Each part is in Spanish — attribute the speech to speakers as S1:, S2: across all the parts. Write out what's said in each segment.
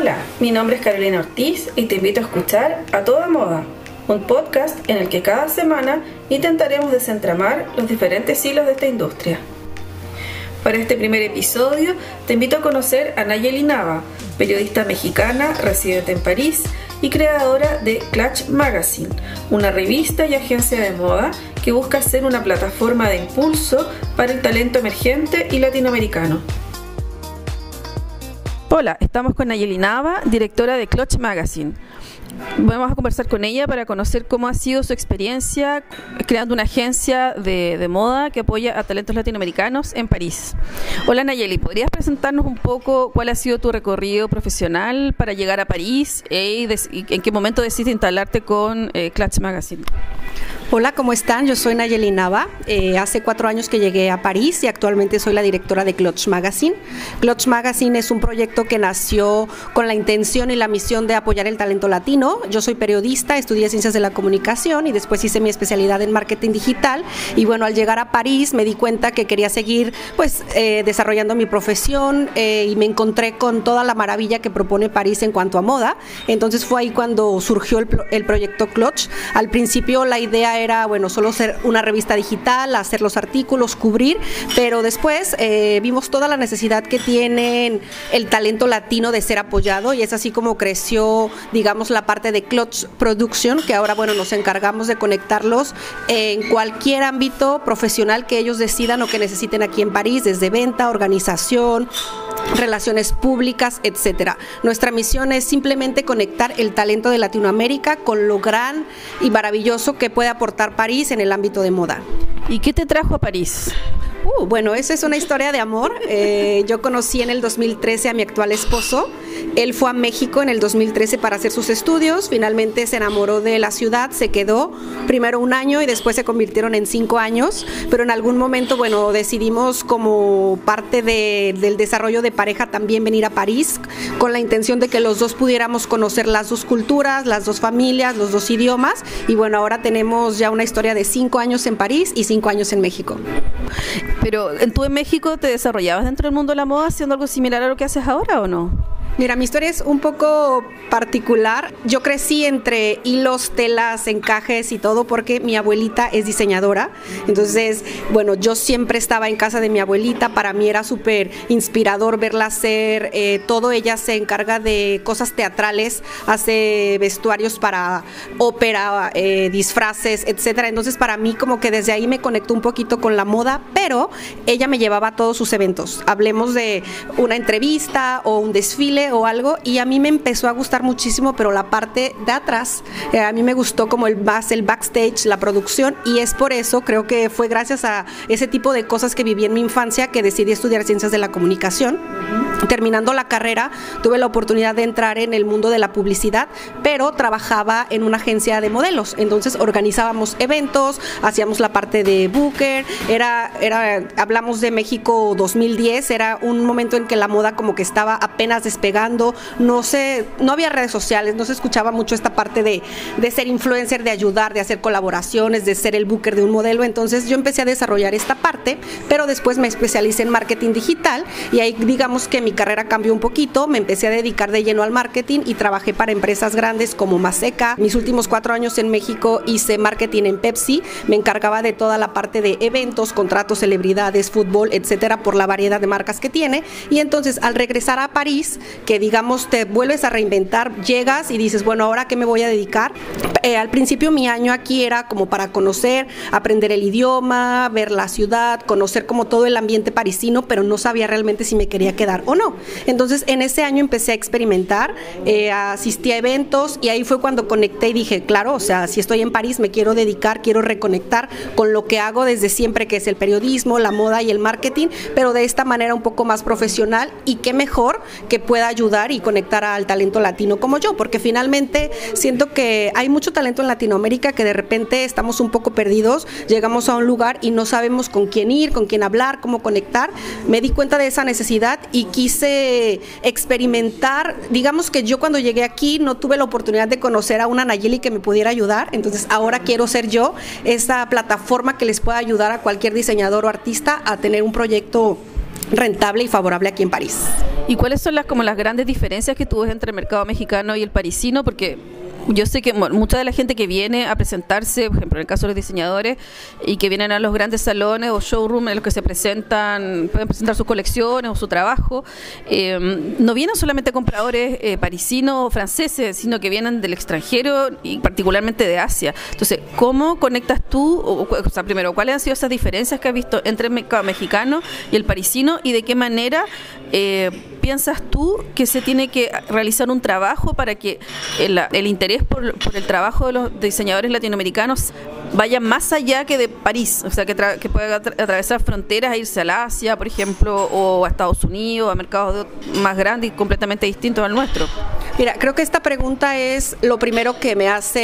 S1: Hola, mi nombre es Carolina Ortiz y te invito a escuchar A Toda Moda, un podcast en el que cada semana intentaremos desentramar los diferentes hilos de esta industria. Para este primer episodio te invito a conocer a Nayeli Nava, periodista mexicana residente en París y creadora de Clutch Magazine, una revista y agencia de moda que busca ser una plataforma de impulso para el talento emergente y latinoamericano. Hola, estamos con Nayeli Nava, directora de Clutch Magazine. Vamos a conversar con ella para conocer cómo ha sido su experiencia creando una agencia de moda que apoya a talentos latinoamericanos en París. Hola Nayeli, ¿podrías presentarnos un poco cuál ha sido tu recorrido profesional para llegar a París y en qué momento decidiste instalarte con Clutch Magazine?
S2: Hola, ¿cómo están? Yo soy Nayeli Nava. Hace 4 años que llegué a París y actualmente soy la directora de Clutch Magazine. Clutch Magazine es un proyecto que nació con la intención y la misión de apoyar el talento latino. Yo soy periodista, estudié Ciencias de la Comunicación y después hice mi especialidad en marketing digital. Y bueno, al llegar a París me di cuenta que quería seguir desarrollando mi profesión y me encontré con toda la maravilla que propone París en cuanto a moda. Entonces fue ahí cuando surgió el proyecto Clutch. Al principio la idea era, solo ser una revista digital, hacer los artículos, cubrir, pero después vimos toda la necesidad que tienen el talento latino de ser apoyado y es así como creció, digamos, la parte de Clutch Production, que ahora, nos encargamos de conectarlos en cualquier ámbito profesional que ellos decidan o que necesiten aquí en París, desde venta, organización, relaciones públicas, etcétera. Nuestra misión es simplemente conectar el talento de Latinoamérica con lo gran y maravilloso que puede aportar París en el ámbito de moda.
S1: ¿Y qué te trajo a París?
S2: Esa es una historia de amor. Yo conocí en el 2013 a mi actual esposo. Él fue a México en el 2013 para hacer sus estudios. Finalmente se enamoró de la ciudad, se quedó primero 1 año y después se convirtieron en 5 años. Pero en algún momento, decidimos como parte del desarrollo de pareja también venir a París con la intención de que los dos pudiéramos conocer las dos culturas, las dos familias, los dos idiomas. Y ahora tenemos ya una historia de 5 años en París y 5 años en México.
S1: Pero tú en México te desarrollabas dentro del mundo de la moda haciendo algo similar a lo que haces ahora, ¿o no?
S2: Mira, mi historia es un poco particular. Yo crecí entre hilos, telas, encajes y todo porque mi abuelita es diseñadora. Entonces, yo siempre estaba en casa de mi abuelita. Para mí era súper inspirador verla hacer todo. Ella se encarga de cosas teatrales, hace vestuarios para ópera, disfraces, etcétera. Entonces, para mí como que desde ahí me conectó un poquito con la moda, pero ella me llevaba a todos sus eventos. Hablemos de una entrevista o un desfile o algo, y a mí me empezó a gustar muchísimo, pero la parte de atrás, a mí me gustó como el backstage, la producción, y es por eso, creo que fue gracias a ese tipo de cosas que viví en mi infancia que decidí estudiar Ciencias de la Comunicación. Terminando la carrera, tuve la oportunidad de entrar en el mundo de la publicidad, pero trabajaba en una agencia de modelos, entonces organizábamos eventos, hacíamos la parte de booker, hablamos de México 2010, era un momento en que la moda como que estaba apenas despegando, no había redes sociales, no se escuchaba mucho esta parte de ser influencer, de ayudar, de hacer colaboraciones, de ser el booker de un modelo. Entonces yo empecé a desarrollar esta parte, pero después me especialicé en marketing digital y ahí digamos que mi carrera cambió un poquito, me empecé a dedicar de lleno al marketing y trabajé para empresas grandes como Maseca. Mis últimos 4 años en México hice marketing en Pepsi, me encargaba de toda la parte de eventos, contratos, celebridades, fútbol, etcétera, por la variedad de marcas que tiene. Y entonces al regresar a París, que digamos te vuelves a reinventar, llegas y dices, ¿ahora qué me voy a dedicar? Al principio mi año aquí era como para conocer, aprender el idioma, ver la ciudad, conocer como todo el ambiente parisino, pero no sabía realmente si me quería quedar o no. Entonces en ese año empecé a experimentar, asistí a eventos y ahí fue cuando conecté y dije, claro, si estoy en París me quiero dedicar, quiero reconectar con lo que hago desde siempre, que es el periodismo, la moda y el marketing, pero de esta manera un poco más profesional, y qué mejor que pueda ayudar y conectar al talento latino como yo, porque finalmente siento que hay mucho talento en Latinoamérica que de repente estamos un poco perdidos, llegamos a un lugar y no sabemos con quién ir, con quién hablar, cómo conectar. Me di cuenta de esa necesidad y quise experimentar. Digamos que yo cuando llegué aquí no tuve la oportunidad de conocer a una Nayeli que me pudiera ayudar, entonces ahora quiero ser yo esta plataforma que les pueda ayudar a cualquier diseñador o artista a tener un proyecto rentable y favorable aquí en París.
S1: ¿Y cuáles son las grandes diferencias que tú ves entre el mercado mexicano y el parisino? Porque yo sé que mucha de la gente que viene a presentarse, por ejemplo, en el caso de los diseñadores, y que vienen a los grandes salones o showrooms en los que se pueden presentar sus colecciones o su trabajo, no vienen solamente compradores parisinos o franceses, sino que vienen del extranjero y particularmente de Asia. Entonces, ¿cómo conectas tú, o sea, primero, cuáles han sido esas diferencias que has visto entre el mercado mexicano y el parisino, y de qué manera piensas tú que se tiene que realizar un trabajo para que el interés por el trabajo de los diseñadores latinoamericanos vaya más allá que de París? O sea, que pueda atravesar fronteras e irse al Asia, por ejemplo, o a Estados Unidos, a mercados más grandes y completamente distintos al nuestro.
S2: Mira, creo que esta pregunta es lo primero que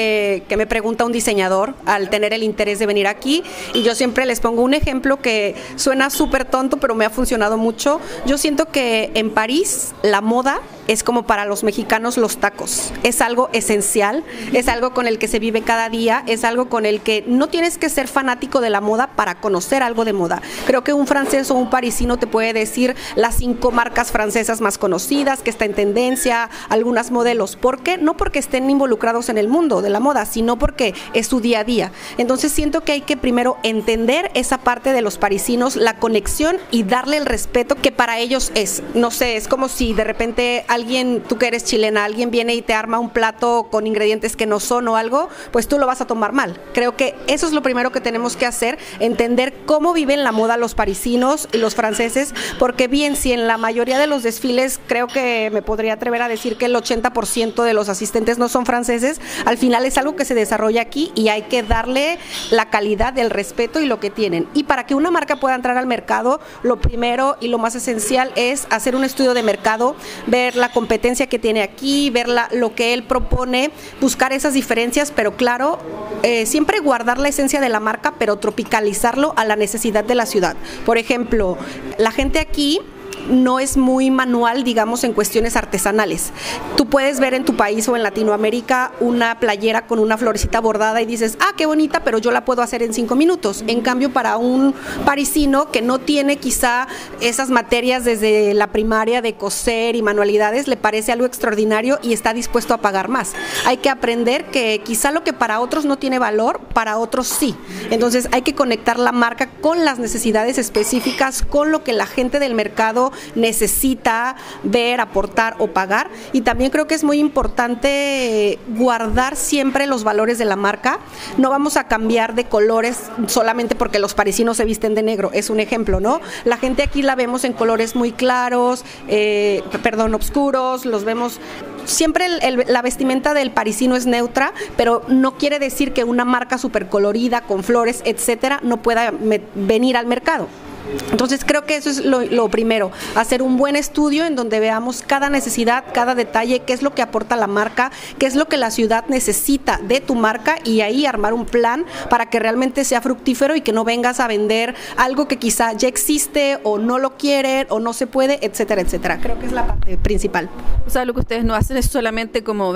S2: me pregunta un diseñador al tener el interés de venir aquí, y yo siempre les pongo un ejemplo que suena súper tonto, pero me ha funcionado mucho. Yo siento que en París la moda es como para los mexicanos los tacos, es algo esencial, es algo con el que se vive cada día, es algo con el que no tienes que ser fanático de la moda para conocer algo de moda. Creo que un francés o un parisino te puede decir las 5 marcas francesas más conocidas, que está en tendencia, algunas modelos. ¿Por qué? No porque estén involucrados en el mundo de la moda, sino porque es su día a día. Entonces siento que hay que primero entender esa parte de los parisinos, la conexión, y darle el respeto que para ellos es. No sé, es como si de repente alguien, tú que eres chilena, alguien viene y te arma un plato con ingredientes que no son o algo, pues tú lo vas a tomar mal. Creo que eso es lo primero que tenemos que hacer, entender cómo viven la moda los parisinos y los franceses, porque bien, si en la mayoría de los desfiles, creo que me podría atrever a decir que el 80% de los asistentes no son franceses, al final es algo que se desarrolla aquí y hay que darle la calidad, el respeto y lo que tienen. Y para que una marca pueda entrar al mercado, lo primero y lo más esencial es hacer un estudio de mercado, ver la competencia que tiene aquí, ver lo que él propone, buscar esas diferencias, pero claro, siempre guardar la esencia de la marca, pero tropicalizarlo a la necesidad de la ciudad. Por ejemplo, la gente aquí no es muy manual, digamos, en cuestiones artesanales. Tú puedes ver en tu país o en Latinoamérica una playera con una florecita bordada y dices, ah, qué bonita, pero yo la puedo hacer en 5 minutos. En cambio, para un parisino que no tiene quizá esas materias desde la primaria de coser y manualidades, le parece algo extraordinario y está dispuesto a pagar más. Hay que aprender que quizá lo que para otros no tiene valor, para otros sí. Entonces hay que conectar la marca con las necesidades específicas, con lo que la gente del mercado necesita ver, aportar o pagar. Y también creo que es muy importante guardar siempre los valores de la marca. No vamos a cambiar de colores solamente porque los parisinos se visten de negro, es un ejemplo, ¿no? La gente aquí la vemos en colores muy claros, oscuros, los vemos. Siempre la vestimenta del parisino es neutra, pero no quiere decir que una marca súper colorida, con flores, etcétera, no pueda venir al mercado. Entonces creo que eso es lo primero, hacer un buen estudio en donde veamos cada necesidad, cada detalle, qué es lo que aporta la marca, qué es lo que la ciudad necesita de tu marca, y ahí armar un plan para que realmente sea fructífero y que no vengas a vender algo que quizá ya existe o no lo quieren o no se puede, etcétera, etcétera. Creo que es la parte principal.
S1: O sea, lo que ustedes no hacen es solamente como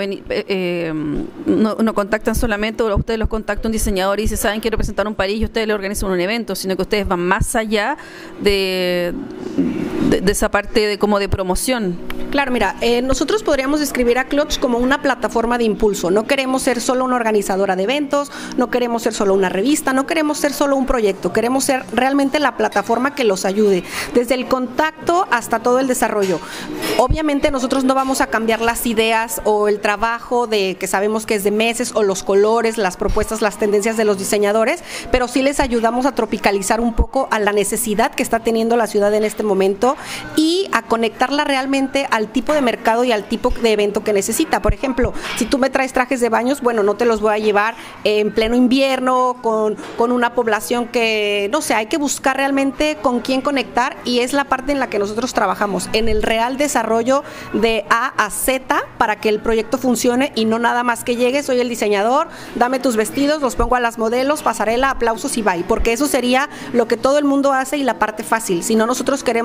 S1: no contactan solamente, o ustedes los contacta un diseñador y dice, saben, quiero presentar un París, y ustedes le organizan un evento, sino que ustedes van más allá de esa parte de promoción.
S2: Claro, mira, nosotros podríamos describir a Clutch como una plataforma de impulso. No queremos ser solo una organizadora de eventos, no queremos ser solo una revista, no queremos ser solo un proyecto, queremos ser realmente la plataforma que los ayude, desde el contacto hasta todo el desarrollo. Obviamente nosotros no vamos a cambiar las ideas o el trabajo que sabemos que es de meses, o los colores, las propuestas, las tendencias de los diseñadores, pero sí les ayudamos a tropicalizar un poco a la necesidad que está teniendo la ciudad en este momento y a conectarla realmente al tipo de mercado y al tipo de evento que necesita. Por ejemplo, si tú me traes trajes de baños, bueno, no te los voy a llevar en pleno invierno con una población que, no sé, hay que buscar realmente con quién conectar, y es la parte en la que nosotros trabajamos, en el real desarrollo de A a Z para que el proyecto funcione, y no nada más que llegue, soy el diseñador, dame tus vestidos, los pongo a las modelos, pasarela, aplausos y bye, porque eso sería lo que todo el mundo hace y la parte fácil. Si no, nosotros queremos realmente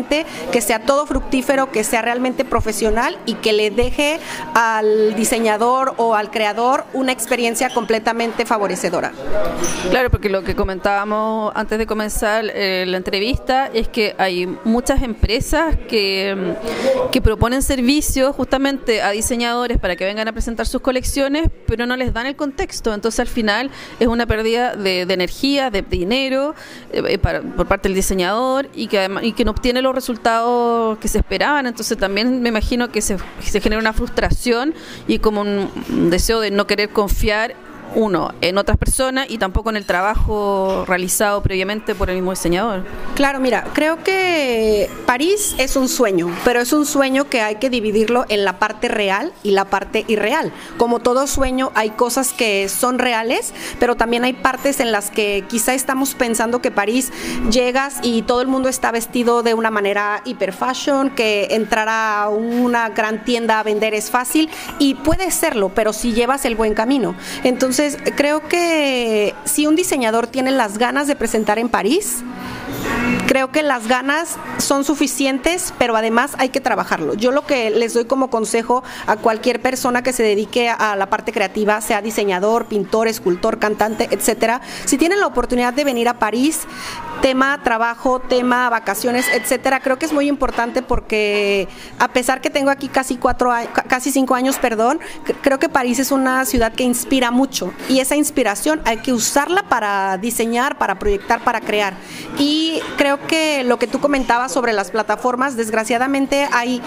S2: realmente que sea todo fructífero, que sea realmente profesional y que le deje al diseñador o al creador una experiencia completamente favorecedora.
S1: Claro, porque lo que comentábamos antes de comenzar la entrevista es que hay muchas empresas que proponen servicios justamente a diseñadores para que vengan a presentar sus colecciones, pero no les dan el contexto. Entonces al final es una pérdida de energía, de dinero por parte del diseñador y que no obtiene los resultados que se esperaban. Entonces también me imagino que se genera una frustración y como un deseo de no querer confiar en otras personas y tampoco en el trabajo realizado previamente por el mismo diseñador.
S2: Claro, mira, creo que París es un sueño, pero es un sueño que hay que dividirlo en la parte real y la parte irreal. Como todo sueño, hay cosas que son reales, pero también hay partes en las que quizá estamos pensando que París llegas y todo el mundo está vestido de una manera hiper fashion, que entrar a una gran tienda a vender es fácil y puede serlo, pero si llevas el buen camino. Entonces, creo que si un diseñador tiene las ganas de presentar en París, creo que las ganas son suficientes, pero además hay que trabajarlo. Yo lo que les doy como consejo a cualquier persona que se dedique a la parte creativa, sea diseñador, pintor, escultor, cantante, etcétera, si tienen la oportunidad de venir a París, tema trabajo, tema vacaciones, etcétera, creo que es muy importante porque a pesar que tengo aquí casi 5 años, creo que París es una ciudad que inspira mucho y esa inspiración hay que usarla para diseñar, para proyectar, para crear. Y creo que lo que tú comentabas sobre las plataformas, desgraciadamente hay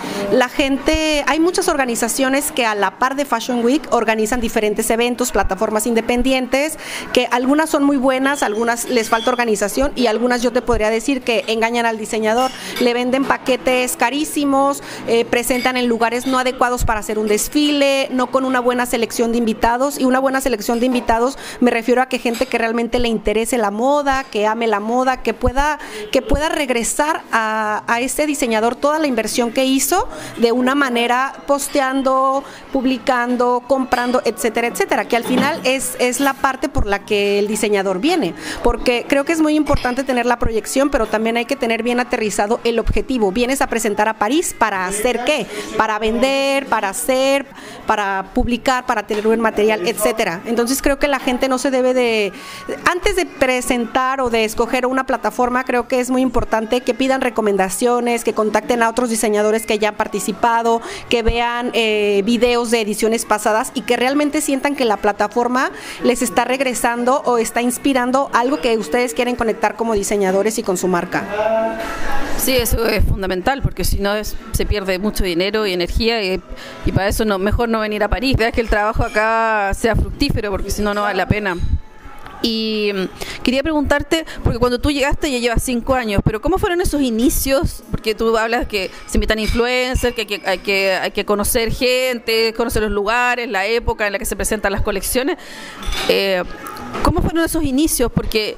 S2: muchas organizaciones que a la par de Fashion Week organizan diferentes eventos, plataformas independientes, que algunas son muy buenas, algunas les falta organización y algunas yo te podría decir que engañan al diseñador, le venden paquetes carísimos, presentan en lugares no adecuados para hacer un desfile, no con una buena selección de invitados, y una buena selección de invitados me refiero a que gente que realmente le interese la moda, que ame la moda, que pueda regresar a este diseñador toda la inversión que hizo de una manera posteando, publicando, comprando, etcétera, etcétera, que al final es la parte por la que el diseñador viene, porque creo que es muy importante tener la proyección, pero también hay que tener bien aterrizado el objetivo. Vienes a presentar a París para hacer ¿qué? Para vender, para hacer, para publicar, para tener buen material, etcétera. Entonces creo que la gente no se debe de, antes de presentar o de escoger una plataforma, creo que es muy importante que pidan recomendaciones, que contacten a otros diseñadores que ya han participado, que vean videos de ediciones pasadas y que realmente sientan que la plataforma les está regresando o está inspirando algo que ustedes quieren conectar como diseñadores y con su marca.
S1: Sí, eso es fundamental, porque si no se pierde mucho dinero y energía y para eso mejor no venir a París. Veas que el trabajo acá sea fructífero, porque si no, no vale la pena. Y quería preguntarte, porque cuando tú llegaste ya llevas 5 años, pero ¿cómo fueron esos inicios? Porque tú hablas que se invitan influencers, que hay que conocer gente, conocer los lugares, la época en la que se presentan las colecciones. ¿Cómo fueron esos inicios? Porque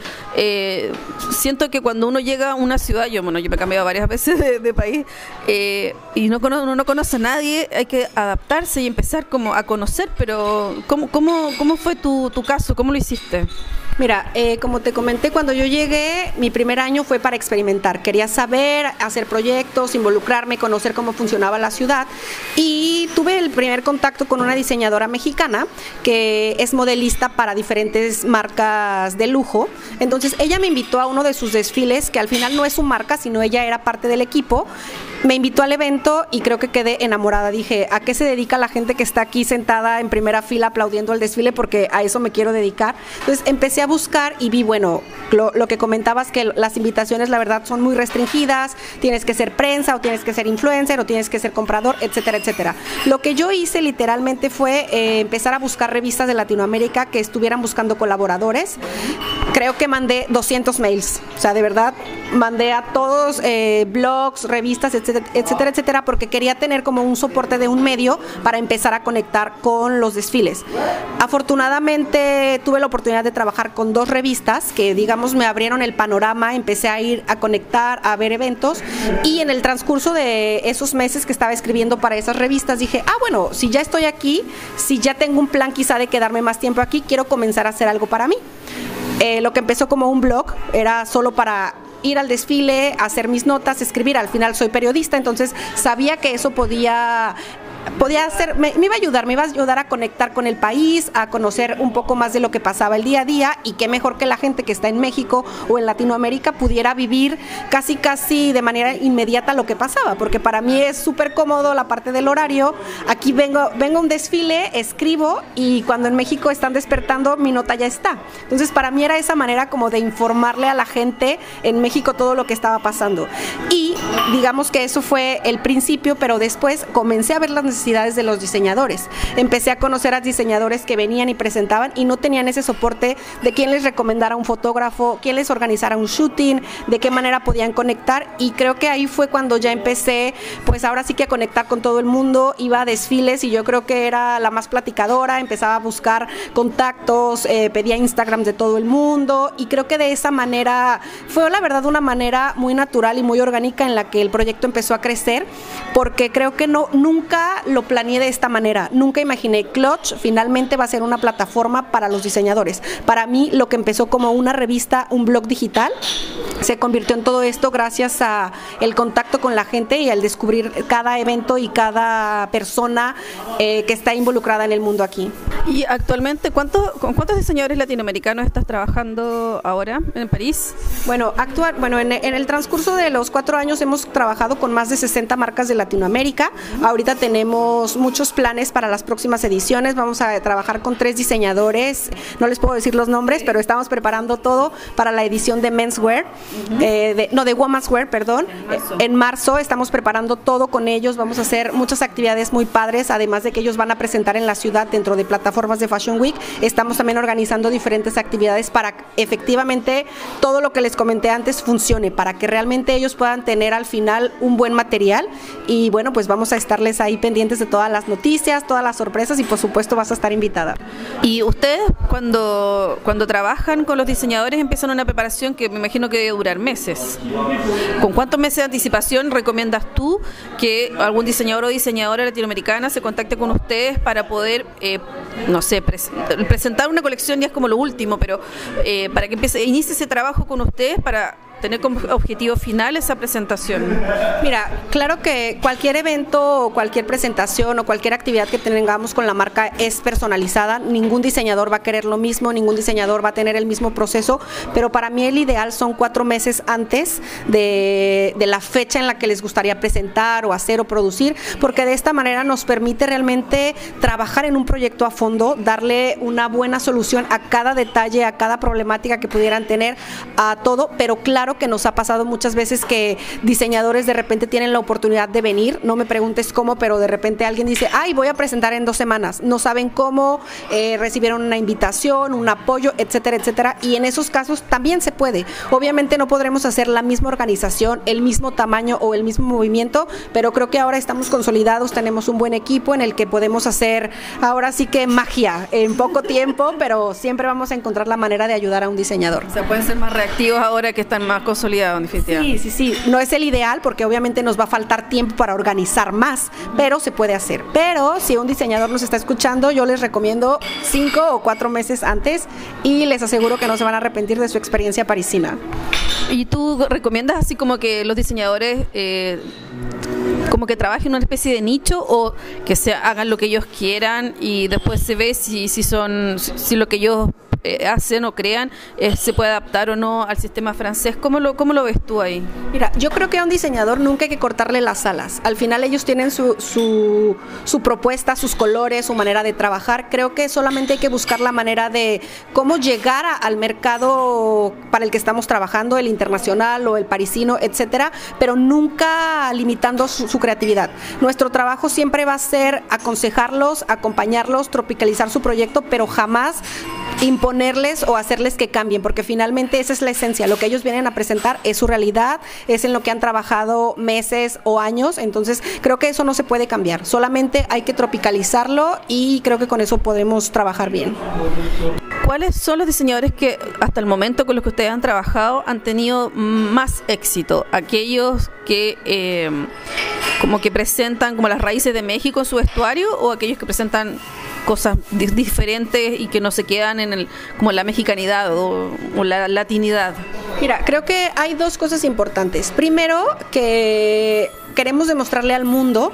S1: siento que cuando uno llega a una ciudad, yo me he cambiado varias veces de país, y uno no conoce a nadie, hay que adaptarse y empezar como a conocer, pero ¿cómo fue tu caso? ¿Cómo lo hiciste?
S2: Mira, como te comenté, cuando yo llegué, mi primer año fue para experimentar. Quería saber, hacer proyectos, involucrarme, conocer cómo funcionaba la ciudad. Y tuve el primer contacto con una diseñadora mexicana que es modelista para diferentes marcas de lujo. Entonces, ella me invitó a uno de sus desfiles, que al final no es su marca, sino ella era parte del equipo. Me invitó al evento y creo que quedé enamorada. Dije, ¿a qué se dedica la gente que está aquí sentada en primera fila aplaudiendo el desfile? Porque a eso me quiero dedicar. Entonces empecé a buscar y vi, bueno, lo que comentabas, que las invitaciones la verdad son muy restringidas, tienes que ser prensa o tienes que ser influencer o tienes que ser comprador, etcétera, etcétera. Lo que yo hice literalmente fue empezar a buscar revistas de Latinoamérica que estuvieran buscando colaboradores. Creo que mandé 200 mails, o sea, de verdad, mandé a todos blogs, revistas, etcétera, etcétera, porque quería tener como un soporte de un medio para empezar a conectar con los desfiles. Afortunadamente tuve la oportunidad de trabajar con 2 revistas que, digamos, me abrieron el panorama, empecé a ir a conectar, a ver eventos, y en el transcurso de esos meses que estaba escribiendo para esas revistas dije, bueno, si ya estoy aquí, si ya tengo un plan quizá de quedarme más tiempo aquí, quiero comenzar a hacer algo para mí. Lo que empezó como un blog era solo para ir al desfile, hacer mis notas, escribir. Al final soy periodista, entonces sabía que eso podía hacer, me iba a ayudar a conectar con el país, a conocer un poco más de lo que pasaba el día a día, y qué mejor que la gente que está en México o en Latinoamérica pudiera vivir casi de manera inmediata lo que pasaba, porque para mí es súper cómodo la parte del horario. Aquí vengo a un desfile, escribo, y cuando en México están despertando, mi nota ya está. Entonces para mí era esa manera como de informarle a la gente en México todo lo que estaba pasando. Y digamos que eso fue el principio, pero después comencé a ver las necesidades de los diseñadores. Empecé a conocer a diseñadores que venían y presentaban y no tenían ese soporte de quién les recomendara un fotógrafo, quién les organizara un shooting, de qué manera podían conectar, y creo que ahí fue cuando ya empecé, pues ahora sí que a conectar con todo el mundo. Iba a desfiles y yo creo que era la más platicadora, empezaba a buscar contactos, pedía Instagram de todo el mundo, y creo que de esa manera fue, la verdad, una manera muy natural y muy orgánica en la que el proyecto empezó a crecer, porque creo que nunca lo planeé de esta manera. Nunca imaginé Clutch finalmente va a ser una plataforma para los diseñadores. Para mí, lo que empezó como una revista, un blog digital, se convirtió en todo esto gracias a el contacto con la gente y al descubrir cada evento y cada persona que está involucrada en el mundo aquí.
S1: Y actualmente, ¿con cuántos diseñadores latinoamericanos estás trabajando ahora en París?
S2: Bueno, en el transcurso de los 4 años hemos trabajado con más de 60 marcas de Latinoamérica. Ahorita tenemos muchos planes para las próximas ediciones. Vamos a trabajar con 3 diseñadores, no les puedo decir los nombres, pero estamos preparando todo para la edición de Menswear, de Women's Wear, perdón. En marzo estamos preparando todo con ellos. Vamos a hacer muchas actividades muy padres, además de que ellos van a presentar en la ciudad dentro de plataformas de Fashion Week. Estamos también organizando diferentes actividades para que efectivamente todo lo que les comenté antes funcione, para que realmente ellos puedan tener al final un buen material. Y bueno, pues vamos a estarles ahí pendientes de todas las noticias, todas las sorpresas, y por supuesto vas a estar invitada.
S1: Y ustedes cuando trabajan con los diseñadores empiezan una preparación que me imagino que debe durar meses. ¿Con cuántos meses de anticipación recomiendas tú que algún diseñador o diseñadora latinoamericana se contacte con ustedes para poder, no sé, presentar una colección? Ya es como lo último, pero para que inicie ese trabajo con ustedes para tener como objetivo final esa presentación.
S2: Mira, claro que cualquier evento o cualquier presentación o cualquier actividad que tengamos con la marca es personalizada. Ningún diseñador va a querer lo mismo, ningún diseñador va a tener el mismo proceso, pero para mí el ideal son 4 meses antes de la fecha en la que les gustaría presentar o hacer o producir, porque de esta manera nos permite realmente trabajar en un proyecto a fondo, darle una buena solución a cada detalle, a cada problemática que pudieran tener, a todo, pero claro que nos ha pasado muchas veces que diseñadores de repente tienen la oportunidad de venir, no me preguntes cómo, pero de repente alguien dice, ay, voy a presentar en 2 semanas, no saben cómo, recibieron una invitación, un apoyo, etcétera, etcétera, y en esos casos también se puede. Obviamente no podremos hacer la misma organización, el mismo tamaño o el mismo movimiento, pero creo que ahora estamos consolidados, tenemos un buen equipo en el que podemos hacer ahora sí que magia en poco tiempo, pero siempre vamos a encontrar la manera de ayudar a un diseñador.
S1: O sea, pueden ser más reactivos ahora que están más consolidados, definitivamente.
S2: Sí. No es el ideal porque obviamente nos va a faltar tiempo para organizar más, pero se puede hacer. Pero si un diseñador nos está escuchando, yo les recomiendo 5 o 4 meses antes y les aseguro que no se van a arrepentir de su experiencia parisina.
S1: ¿Y tú recomiendas así como que los diseñadores como que trabajen en una especie de nicho, o que hagan lo que ellos quieran y después se ve si lo que ellos hacen o crean se puede adaptar o no al sistema francés? ¿Cómo lo ves tú ahí?
S2: Mira, yo creo que a un diseñador nunca hay que cortarle las alas. Al final ellos tienen su propuesta, sus colores, su manera de trabajar. Creo que solamente hay que buscar la manera de cómo llegar al mercado para el que estamos trabajando, el internacional o el parisino, etcétera, pero nunca limitando su creatividad. Nuestro trabajo siempre va a ser aconsejarlos, acompañarlos, tropicalizar su proyecto, pero jamás imponerles o hacerles que cambien, porque finalmente esa es la esencia. Lo que ellos vienen a presentar es su realidad, es en lo que han trabajado meses o años, entonces creo que eso no se puede cambiar, solamente hay que tropicalizarlo y creo que con eso podemos trabajar bien.
S1: ¿Cuáles son los diseñadores que hasta el momento con los que ustedes han trabajado han tenido más éxito? ¿Aquellos que como que presentan como las raíces de México en su vestuario, o aquellos que presentan cosas diferentes y que no se quedan como la mexicanidad o la latinidad?
S2: Mira, creo que hay dos cosas importantes. Primero, que queremos demostrarle al mundo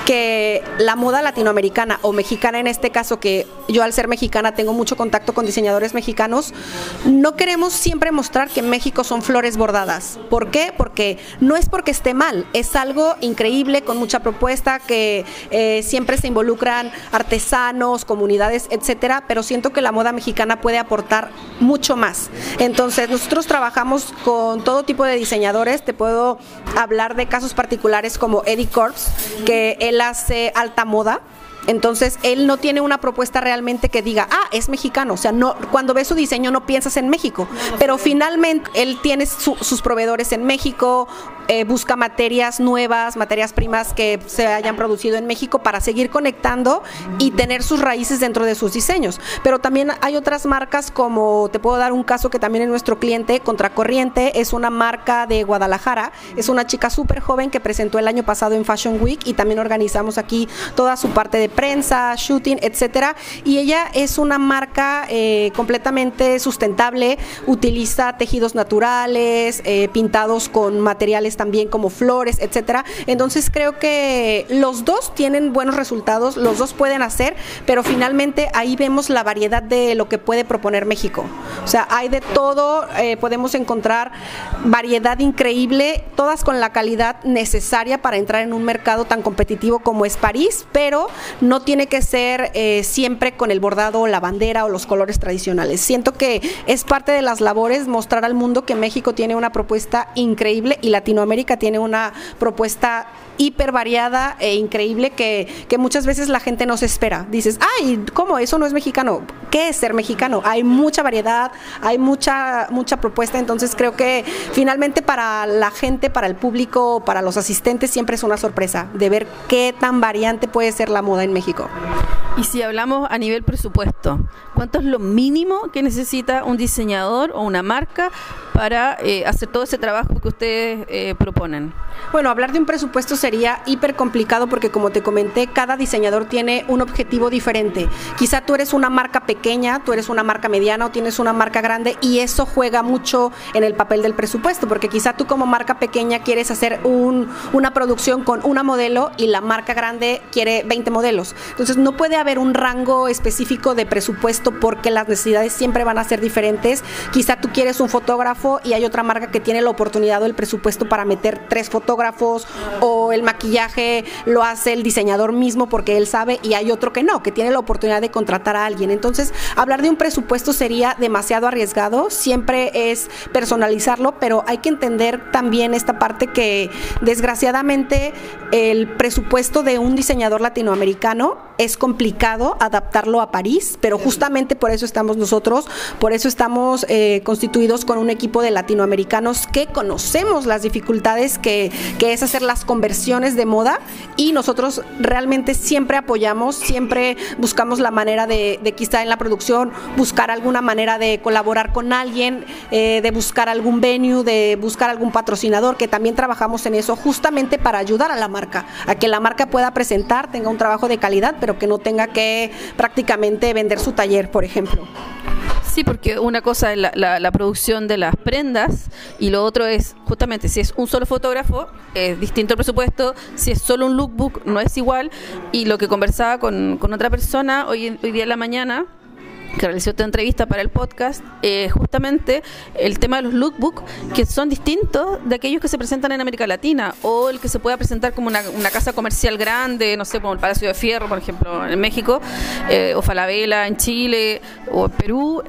S2: que la moda latinoamericana o mexicana, en este caso, que yo al ser mexicana tengo mucho contacto con diseñadores mexicanos, no queremos siempre mostrar que en México son flores bordadas. ¿Por qué? Porque no es porque esté mal, es algo increíble, con mucha propuesta, que siempre se involucran artesanos, comunidades, etcétera, pero siento que la moda mexicana puede aportar mucho más. Entonces, nosotros trabajamos con todo tipo de diseñadores. Te puedo hablar de casos particulares como Eddie Corps, que él hace alta moda. Entonces, él no tiene una propuesta realmente que diga, es mexicano. O sea, no, cuando ves su diseño no piensas en México, pero finalmente él tiene sus proveedores en México, busca materias nuevas, materias primas que se hayan producido en México para seguir conectando y tener sus raíces dentro de sus diseños. Pero también hay otras marcas, como te puedo dar un caso que también es nuestro cliente, Contracorriente, es una marca de Guadalajara, es una chica súper joven que presentó el año pasado en Fashion Week y también organizamos aquí toda su parte de prensa, shooting, etcétera, y ella es una marca completamente sustentable, utiliza tejidos naturales, pintados con materiales también como flores, etcétera. Entonces creo que los dos tienen buenos resultados, los dos pueden hacer, pero finalmente ahí vemos la variedad de lo que puede proponer México. O sea, hay de todo, podemos encontrar variedad increíble, todas con la calidad necesaria para entrar en un mercado tan competitivo como es París, pero no tiene que ser siempre con el bordado, la bandera o los colores tradicionales. Siento que es parte de las labores mostrar al mundo que México tiene una propuesta increíble y Latinoamérica tiene una propuesta hiper variada e increíble que muchas veces la gente no se espera. Dices, ay, ¿cómo? Eso no es mexicano. ¿Qué es ser mexicano? Hay mucha variedad, hay mucha propuesta. Entonces creo que finalmente para la gente, para el público, para los asistentes, siempre es una sorpresa de ver qué tan variante puede ser la moda en México.
S1: Y si hablamos a nivel presupuesto, ¿cuánto es lo mínimo que necesita un diseñador o una marca para hacer todo ese trabajo que ustedes proponen?
S2: Bueno, hablar de un presupuesto sería hiper complicado porque, como te comenté, cada diseñador tiene un objetivo diferente. Quizá tú eres una marca pequeña, tú eres una marca mediana o tienes una marca grande, y eso juega mucho en el papel del presupuesto, porque quizá tú como marca pequeña quieres hacer una producción con una modelo y la marca grande quiere 20 modelos. Entonces no puede haber un rango específico de presupuesto porque las necesidades siempre van a ser diferentes. Quizá tú quieres un fotógrafo y hay otra marca que tiene la oportunidad o el presupuesto para meter 3 fotógrafos, o el maquillaje lo hace el diseñador mismo porque él sabe, y hay otro que no, que tiene la oportunidad de contratar a alguien. Entonces, hablar de un presupuesto sería demasiado arriesgado. Siempre es personalizarlo, pero hay que entender también esta parte que, desgraciadamente, el presupuesto de un diseñador latinoamericano es complicado adaptarlo a París, pero justamente por eso estamos nosotros, por eso estamos constituidos con un equipo de latinoamericanos que conocemos las dificultades que es hacer las conversiones de moda, y nosotros realmente siempre apoyamos, siempre buscamos la manera de quizá en la producción buscar alguna manera de colaborar con alguien, de buscar algún venue, de buscar algún patrocinador, que también trabajamos en eso justamente para ayudar a la marca, a que la marca pueda presentar, tenga un trabajo de calidad, pero que no tenga que prácticamente vender su taller, por ejemplo.
S1: Sí, porque una cosa es la producción de las prendas y lo otro es justamente si es un solo fotógrafo, es distinto el presupuesto, si es solo un lookbook no es igual. Y lo que conversaba con otra persona hoy día en la mañana, que realizó esta entrevista para el podcast, justamente el tema de los lookbooks, que son distintos de aquellos que se presentan en América Latina, o el que se pueda presentar como una casa comercial grande, no sé, como el Palacio de Fierro, por ejemplo, en México, o Falabella en Chile, o en Perú,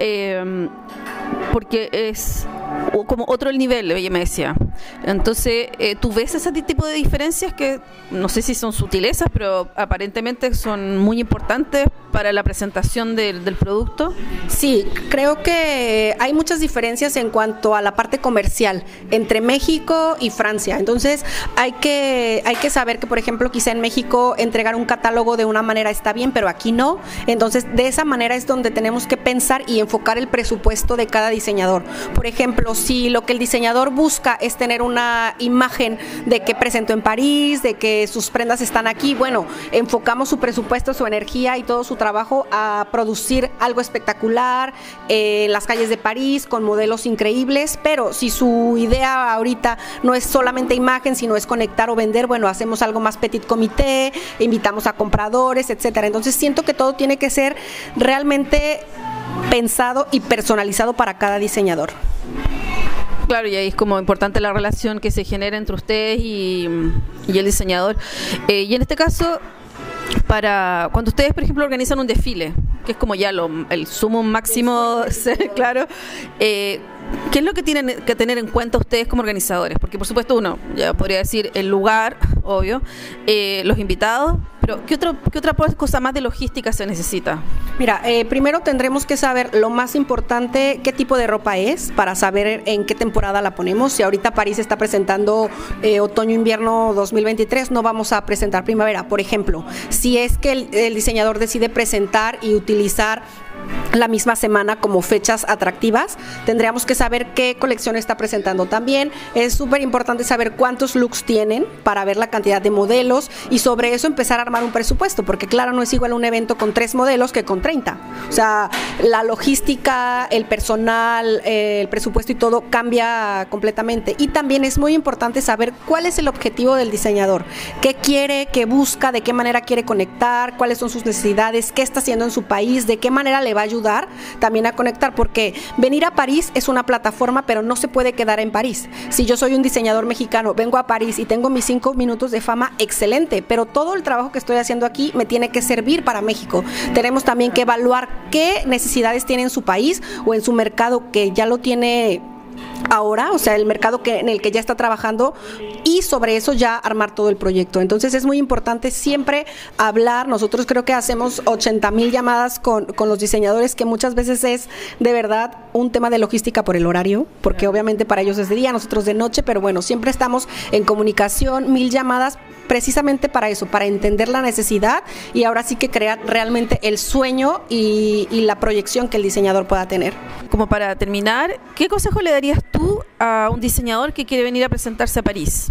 S1: porque es como otro nivel, ella me decía. Entonces, ¿tú ves ese tipo de diferencias que no sé si son sutilezas, pero aparentemente son muy importantes para la presentación del producto?
S2: Sí, creo que hay muchas diferencias en cuanto a la parte comercial entre México y Francia. Entonces, hay que saber que, por ejemplo, quizá en México entregar un catálogo de una manera está bien, pero aquí no. Entonces, de esa manera es donde tenemos que pensar y enfocar el presupuesto de cada diseñador. Por ejemplo, si lo que el diseñador busca es tener una imagen de que presentó en París, de que sus prendas están aquí, bueno, enfocamos su presupuesto, su energía y todo su trabajo a producir algo espectacular en las calles de París con modelos increíbles, pero si su idea ahorita no es solamente imagen, sino es conectar o vender, bueno, hacemos algo más petit comité, invitamos a compradores, etcétera. Entonces siento que todo tiene que ser realmente pensado y personalizado para cada diseñador.
S1: Claro, y ahí es como importante la relación que se genera entre ustedes y el diseñador. Y en este caso, para cuando ustedes, por ejemplo, organizan un desfile, que es como ya el sumo máximo, claro, ¿qué es lo que tienen que tener en cuenta ustedes como organizadores? Porque por supuesto uno, ya podría decir el lugar, obvio, los invitados, pero ¿qué otra cosa más de logística se necesita?
S2: Mira, primero tendremos que saber lo más importante, qué tipo de ropa es, para saber en qué temporada la ponemos. Si ahorita París está presentando otoño-invierno 2023, no vamos a presentar primavera. Por ejemplo, si es que el diseñador decide presentar y utilizar la misma semana como fechas atractivas, tendríamos que saber qué colección está presentando. También es súper importante saber cuántos looks tienen para ver la cantidad de modelos y sobre eso empezar a armar un presupuesto, porque claro, no es igual un evento con 3 modelos que con 30. O sea, la logística, el personal, el presupuesto y todo cambia completamente. Y también es muy importante saber cuál es el objetivo del diseñador, qué quiere, qué busca, de qué manera quiere conectar, cuáles son sus necesidades, qué está haciendo en su país, de qué manera le va a ayudar también a conectar, porque venir a París es una plataforma, pero no se puede quedar en París. Si yo soy un diseñador mexicano, vengo a París y tengo mis 5 minutos de fama, excelente, pero todo el trabajo que estoy haciendo aquí me tiene que servir para México. Tenemos también que evaluar qué necesidades tiene en su país o en su mercado que ya lo tiene ahora, o sea, el mercado en el que ya está trabajando, y sobre eso ya armar todo el proyecto. Entonces es muy importante siempre hablar. Nosotros creo que hacemos 80,000 llamadas con los diseñadores, que muchas veces es de verdad un tema de logística por el horario, porque obviamente para ellos es de día, nosotros de noche, pero bueno, siempre estamos en comunicación, 1000 llamadas precisamente para eso, para entender la necesidad y ahora sí que crear realmente el sueño y la proyección que el diseñador pueda tener.
S1: Como para terminar, ¿qué consejo le darías tú a un diseñador que quiere venir a presentarse a París?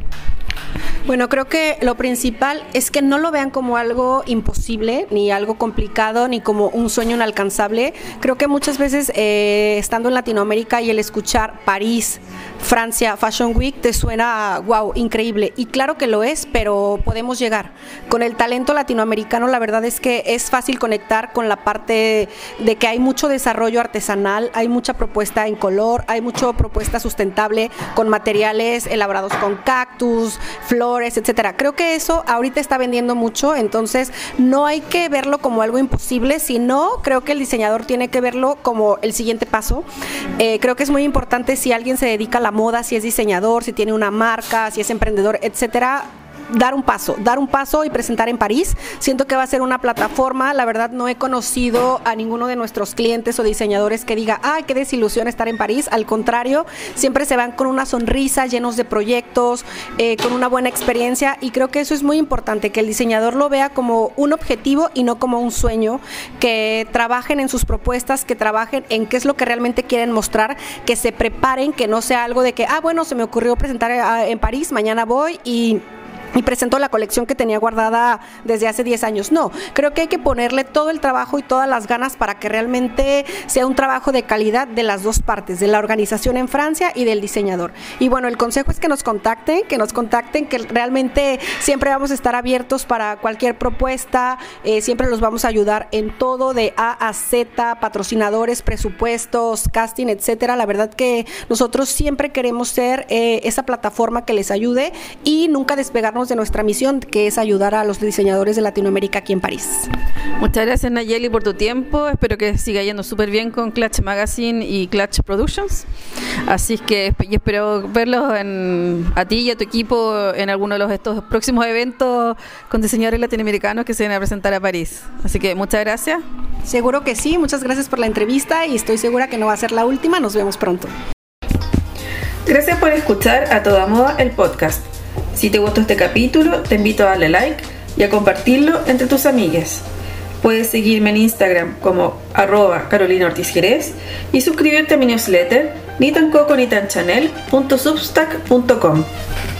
S2: Bueno, creo que lo principal es que no lo vean como algo imposible, ni algo complicado, ni como un sueño inalcanzable. Creo que muchas veces estando en Latinoamérica y el escuchar París, Francia, Fashion Week, te suena wow, increíble. Y claro que lo es, pero podemos llegar. Con el talento latinoamericano, la verdad es que es fácil conectar con la parte de que hay mucho desarrollo artesanal, hay mucha propuesta en color, hay mucha propuesta sustentable con materiales elaborados con cactus, flores, etcétera. Creo que eso ahorita está vendiendo mucho, entonces no hay que verlo como algo imposible, sino creo que el diseñador tiene que verlo como el siguiente paso. Creo que es muy importante, si alguien se dedica a la moda, si es diseñador, si tiene una marca, si es emprendedor, etcétera, dar un paso y presentar en París. Siento que va a ser una plataforma. La verdad no he conocido a ninguno de nuestros clientes o diseñadores que diga, ay, qué desilusión estar en París. Al contrario, siempre se van con una sonrisa, llenos de proyectos, con una buena experiencia, y creo que eso es muy importante, que el diseñador lo vea como un objetivo y no como un sueño, que trabajen en sus propuestas, que trabajen en qué es lo que realmente quieren mostrar, que se preparen, que no sea algo de que, bueno, se me ocurrió presentar en París, mañana voy y presentó la colección que tenía guardada desde hace 10 años. No, creo que hay que ponerle todo el trabajo y todas las ganas para que realmente sea un trabajo de calidad de las dos partes, de la organización en Francia y del diseñador. Y bueno, el consejo es que nos contacten, que realmente siempre vamos a estar abiertos para cualquier propuesta, siempre los vamos a ayudar en todo de A a Z, patrocinadores, presupuestos, casting, etcétera. La verdad que nosotros siempre queremos ser esa plataforma que les ayude y nunca despegarnos de nuestra misión, que es ayudar a los diseñadores de Latinoamérica aquí en París.
S1: Muchas gracias, Nayeli, por tu tiempo. Espero que siga yendo súper bien con Clutch Magazine y Clutch Productions. Así que espero verlos a ti y a tu equipo en alguno de estos próximos eventos con diseñadores latinoamericanos que se van a presentar a París. Así que muchas gracias.
S2: Seguro que sí, muchas gracias por la entrevista y estoy segura que no va a ser la última. Nos vemos pronto.
S1: Gracias por escuchar A Toda Moda, el podcast. Si te gustó este capítulo, te invito a darle like y a compartirlo entre tus amigues. Puedes seguirme en Instagram como @CarolinaOrtizJerez y suscribirte a mi newsletter ni tan coco ni tan chanel.substack.com.